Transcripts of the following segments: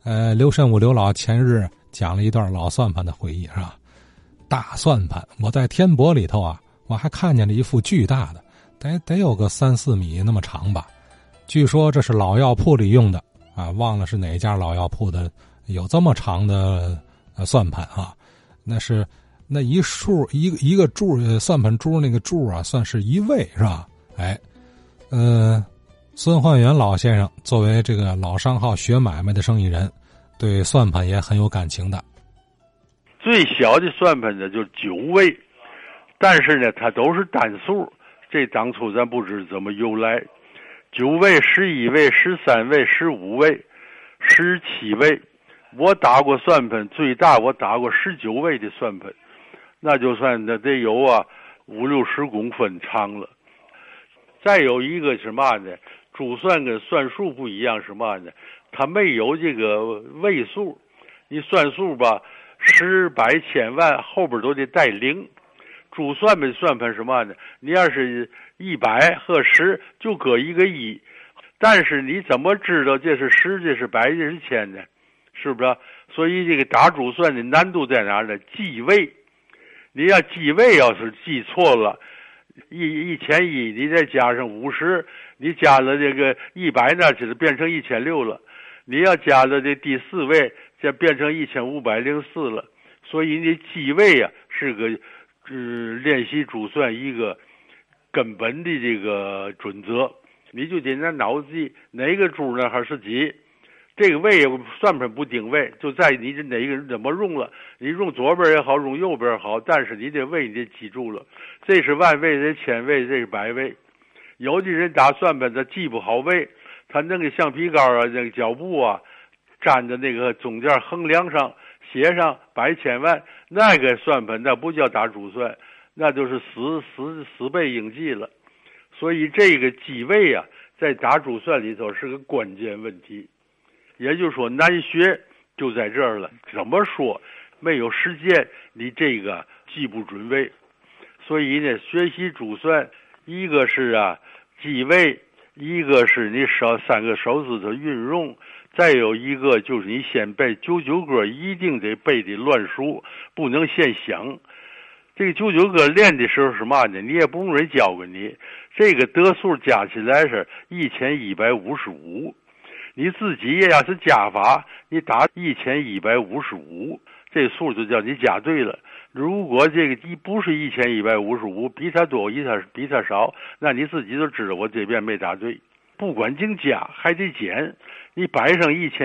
刘慎武刘老前日讲了一段老算盘的回忆，是吧？大算盘，我在天博里头啊，我还看见了一副巨大的，得有个3-4米那么长吧。据说这是老药铺里用的啊，忘了是哪家老药铺的有这么长的算盘啊。那一竖一个柱，算盘珠那个柱啊，算是1位是吧？孙焕元老先生作为这个老商号学买卖的生意人，对算盘也很有感情的。 最小的算盘呢就9位，但是呢它都是单数，这当初咱不知怎么由来。9位、11位、13位、15位、17位。我打过算盘，最大我打过19位的算盘，那就算那得有50-60公分长了。再有一个是嘛呢？珠算跟算术不一样是嘛呢？它没有这个位数，你算数吧，10、百、千、万后边都得带0。珠算的算盘是嘛呢？你要是100和10就搁一个1，但是你怎么知道这是10，这是百，这是千呢？是不是？所以这个打珠算的难度在哪儿呢？记位。你要记位要是记错了，1100你再加上50，你加了这个100呢，就是变成1600了。你要加了这第4位，就变成1504了。所以你记位是个练习珠算一个根本的这个准则。你就得拿脑子记哪个珠呢还是几。这个位算盘不定位，就在你这哪个人怎么用了。你用左边也好，用右边也好，但是你这位你得记住了。这是万位，这千位，这是百位。有的人打算盘他记不好位，他那个橡皮膏那个胶布粘在那个中间横梁上，写上百千万，那个算盘那不叫打珠算，那就是死背硬记了。所以这个记位在打珠算里头是个关键问题。也就是说难学就在这儿了，怎么说没有实践你这个记不准位。所以呢学习珠算，一个是记位，一个是你3个手指头运用，再有一个就是你先背99个，一定得背的乱熟，不能先想。这个99个练的时候是嘛呢？你也不用人教给你，这个得数加起来是1155。你自己要是加法，你打1155，这数就叫你加对了。如果这个不是1155，比它多比它少，那你自己就知道我这边没打对。不管净加还得减，你摆上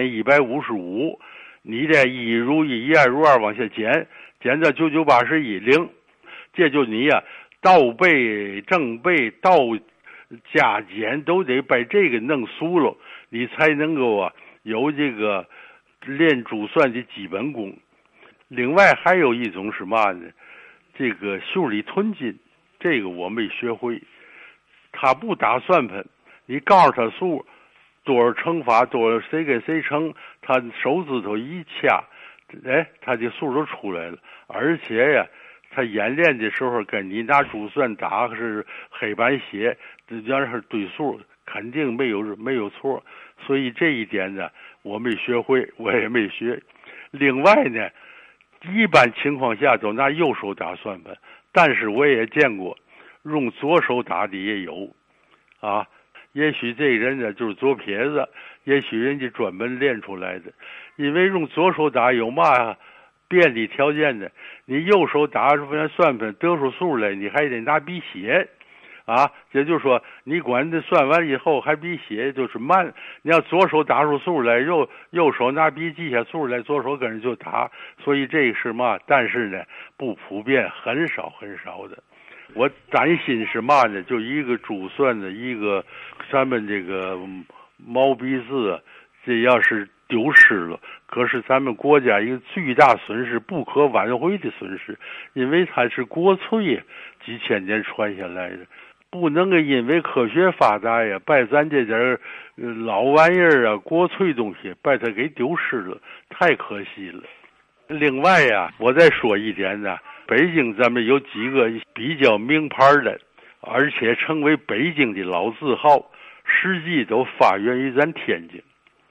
1155，你得1如1，1、2如2往下减，减到9981 0，这就你倒背正背倒加减都得把这个弄熟了，你才能够有这个练珠算的基本功。另外还有一种是嘛呢？这个袖里吞金，这个我没学会。他不打算盘，你告诉他数多少乘法，多少谁跟谁乘，他手指头一掐，他的数都出来了。而且他演练的时候跟你拿珠算打是黑板写，只要是对数，肯定没有错。所以这一点呢，我没学会，我也没学。另外呢，一般情况下都拿右手打算盘，但是我也见过用左手打的也有也许这人呢就是左撇子，也许人家专门练出来的。因为用左手打有嘛便利条件呢？你右手打出来算盘得出数来，你还得拿笔写也就是说你管这算完以后还笔写就是慢。你要左手打出数来，右手拿笔记下数来，左手跟人就打。所以这是嘛？但是呢不普遍，很少的。我担心是嘛呢？就一个珠算的一个咱们这个毛笔字，这要是丢失了，可是咱们国家一个巨大损失，不可挽回的损失。因为它是国粹几千年传下来的，不能够因为科学发达把咱这点老玩意儿国粹东西把它给丢失了，太可惜了。另外我再说一点呢，北京咱们有几个比较名牌的，而且成为北京的老字号，实际都发源于咱天津。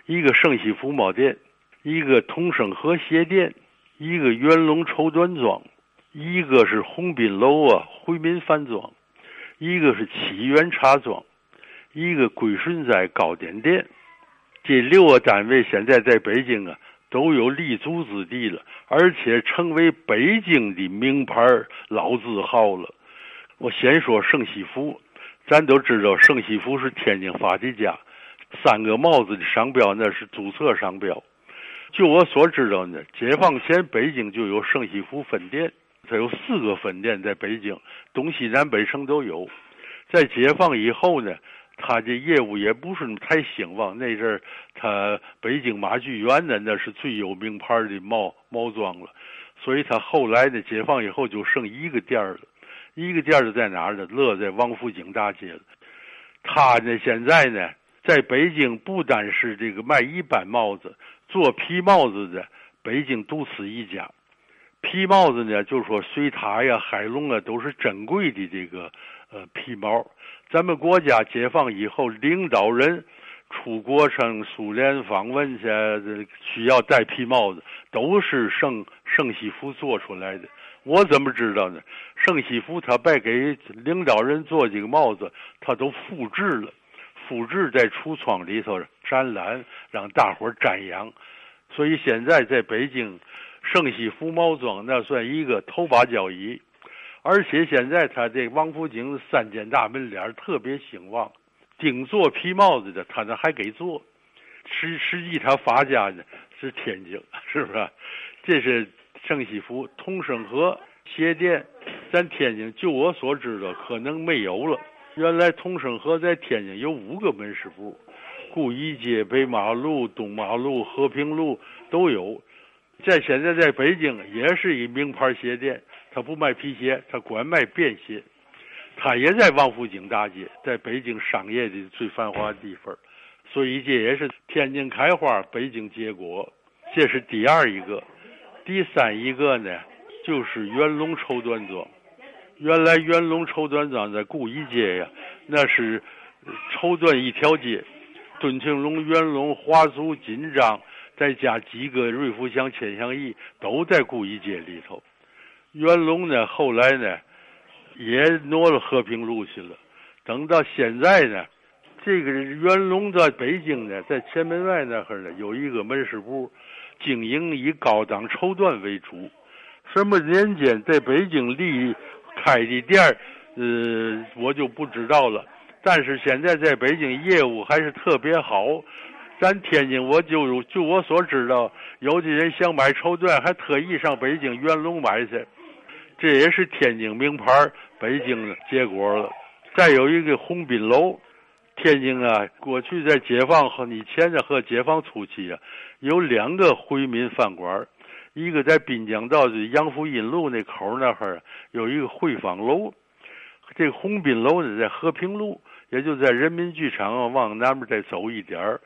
一个圣西服贸店，一个同生和鞋店，一个元龙绸缎庄，一个是鸿宾楼回民饭庄，一个是启源茶庄，一个归顺斋糕点店。这6个单位现在在北京都有立足之地了，而且成为北京的名牌老字号了。我先说圣西服，咱都知道圣西服是天津发的家，3个帽子的商标那是注册商标。就我所知道呢，解放前北京就有圣西服分店，它有4个分店在北京，东西南北城都有。在解放以后呢，他这业务也不是太兴旺，那阵儿他北京马具园呢，那是最有名牌的帽庄了，所以他后来呢，解放以后就剩1个店了，一个店在哪儿呢？乐在王府井大街了。他呢，现在呢，在北京不单是这个卖一般帽子，做皮帽子的，北京独此一家。皮帽子呢，就是说水獭呀、海龙都是珍贵的这个皮毛。咱们国家解放以后，领导人出国上苏联访问去，需要戴皮帽子，都是圣西服做出来的。我怎么知道呢？圣西服他白给领导人做这个帽子，他都复制了，复制在橱窗里头展览，让大伙瞻仰。所以现在在北京，圣西服帽庄那算一个头把交椅。而且现在他这王府井3间大门脸特别兴旺，定做皮帽子的他那还给做，实际他发家呢是天津，是不是？这是圣西服。同生和鞋店咱天津就我所知道可能没有了，原来同生和在天津有5个门市部，顾一街、北马路、东马路、和平路都有。现在在北京也是一名牌鞋店，他不卖皮鞋，他光卖便鞋。他也在王府井大街，在北京商业的最繁华的地方，所以这也是天津开花，北京结果。这是第2一个。第3一个呢，就是元龙绸缎庄。原来元龙绸缎庄在顾一街呀，那是绸缎一条街，敦庆龙、元龙、华族、锦章，再加几个瑞福祥、千祥义，都在顾一街里头。元龙呢，后来呢，也挪了和平路去了。等到现在呢，这个元龙在北京呢，在前门外那儿呢，有一个门市部，经营以高档绸缎为主。什么年间在北京开的店我就不知道了。但是现在在北京业务还是特别好。咱天津就我所知道，有的人想买绸缎，还特意上北京元龙买去。这也是天津名牌北京的结果了。再有一个鸿宾楼，天津过去在解放以前和解放初期有2个回民饭馆，一个在滨江道的杨府印路那口那儿有一个汇芳楼，这个鸿宾楼呢在和平路，也就在人民剧场往南边再走一点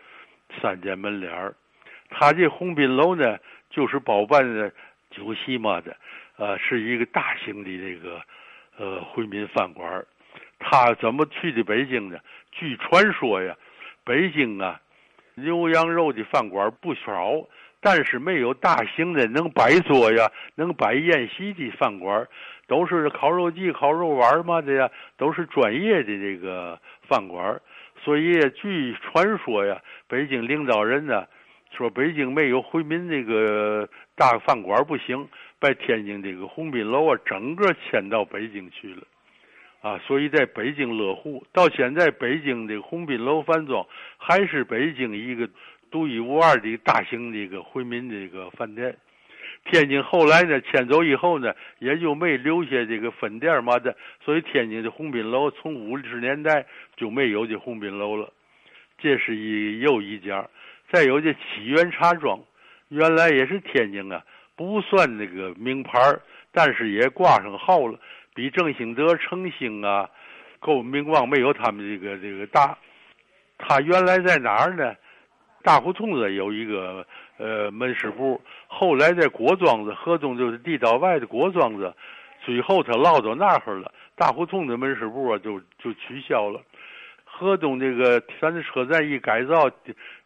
3间门脸。他这鸿宾楼呢，就是包办的酒席嘛的，是一个大型的这个回民饭馆。他怎么去的北京呢？据传说北京牛羊肉的饭馆不少，但是没有大型的能摆桌能摆宴席的饭馆，都是烤肉季、烤肉丸嘛的都是专业的这个饭馆。所以据传说北京领导人说北京没有回民这个大饭馆不行，把天津这个鸿宾楼整个迁到北京去了。所以在北京乐户，到现在北京这个鸿宾楼饭庄还是北京一个独一无二的大型的一个回民的一个饭店。天津后来呢迁走以后呢，也就没留下这个分店嘛的，所以天津的鸿宾楼从50年代就没有这鸿宾楼了。这是又一家。再有这启源茶庄，原来也是天津不算那个名牌，但是也挂上号了，比正兴德、诚兴够名望没有他们这个大。他原来在哪儿呢？大胡同子有一个门市部，后来在国庄子，河东就是地道外的国庄子，最后他落到那儿了，大胡同的门市部就取消了。河东这个咱的车站一改造，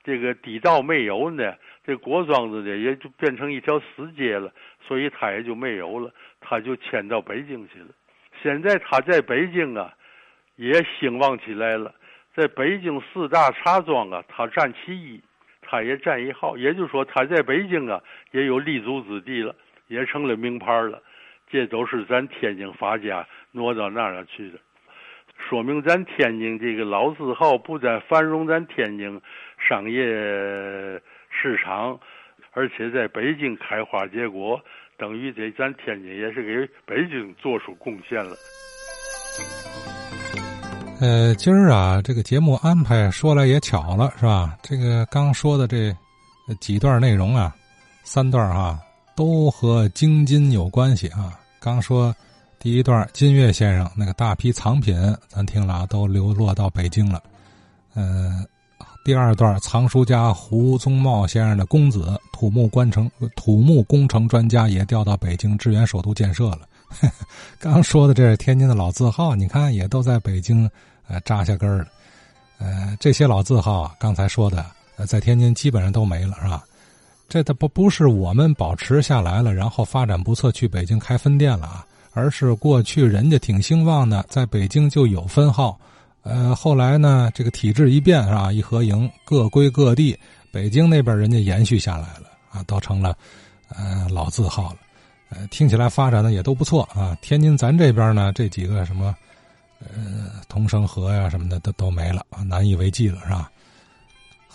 这个地道没有呢，这郭庄子呢也就变成一条死街了，所以他也就没有了，他就迁到北京去了。现在他在北京啊也兴旺起来了，在北京4大茶庄啊，他占其一，他也占1号，也就是说他在北京啊也有立足之地了，也成了名牌了。这都是咱天津法家挪到那儿去的，说明咱天津这个老字号不但繁荣咱天津商业市场，而且在北京开花结果，等于这咱天津也是给北京做出贡献了。 今儿啊，这个节目安排说来也巧了，是吧？这个刚说的这几段内容啊，3段啊，都和京津有关系啊。刚说第一段，金岳先生那个大批藏品，咱听了都流落到北京了。第二段，藏书家胡宗茂先生的公子，土木工程专家也调到北京支援首都建设了。刚说的这是天津的老字号，你看也都在北京扎下根儿了。这些老字号啊，刚才说的在天津基本上都没了，是吧？这不是我们保持下来了，然后发展不测去北京开分店了啊，而是过去人家挺兴旺的，在北京就有分号。后来呢，这个体制一变是吧，一合营各归各地，北京那边人家延续下来了啊，都成了老字号了。听起来发展的也都不错啊。天津咱这边呢，这几个什么同生河呀什么的都没了啊，难以为继了，是吧？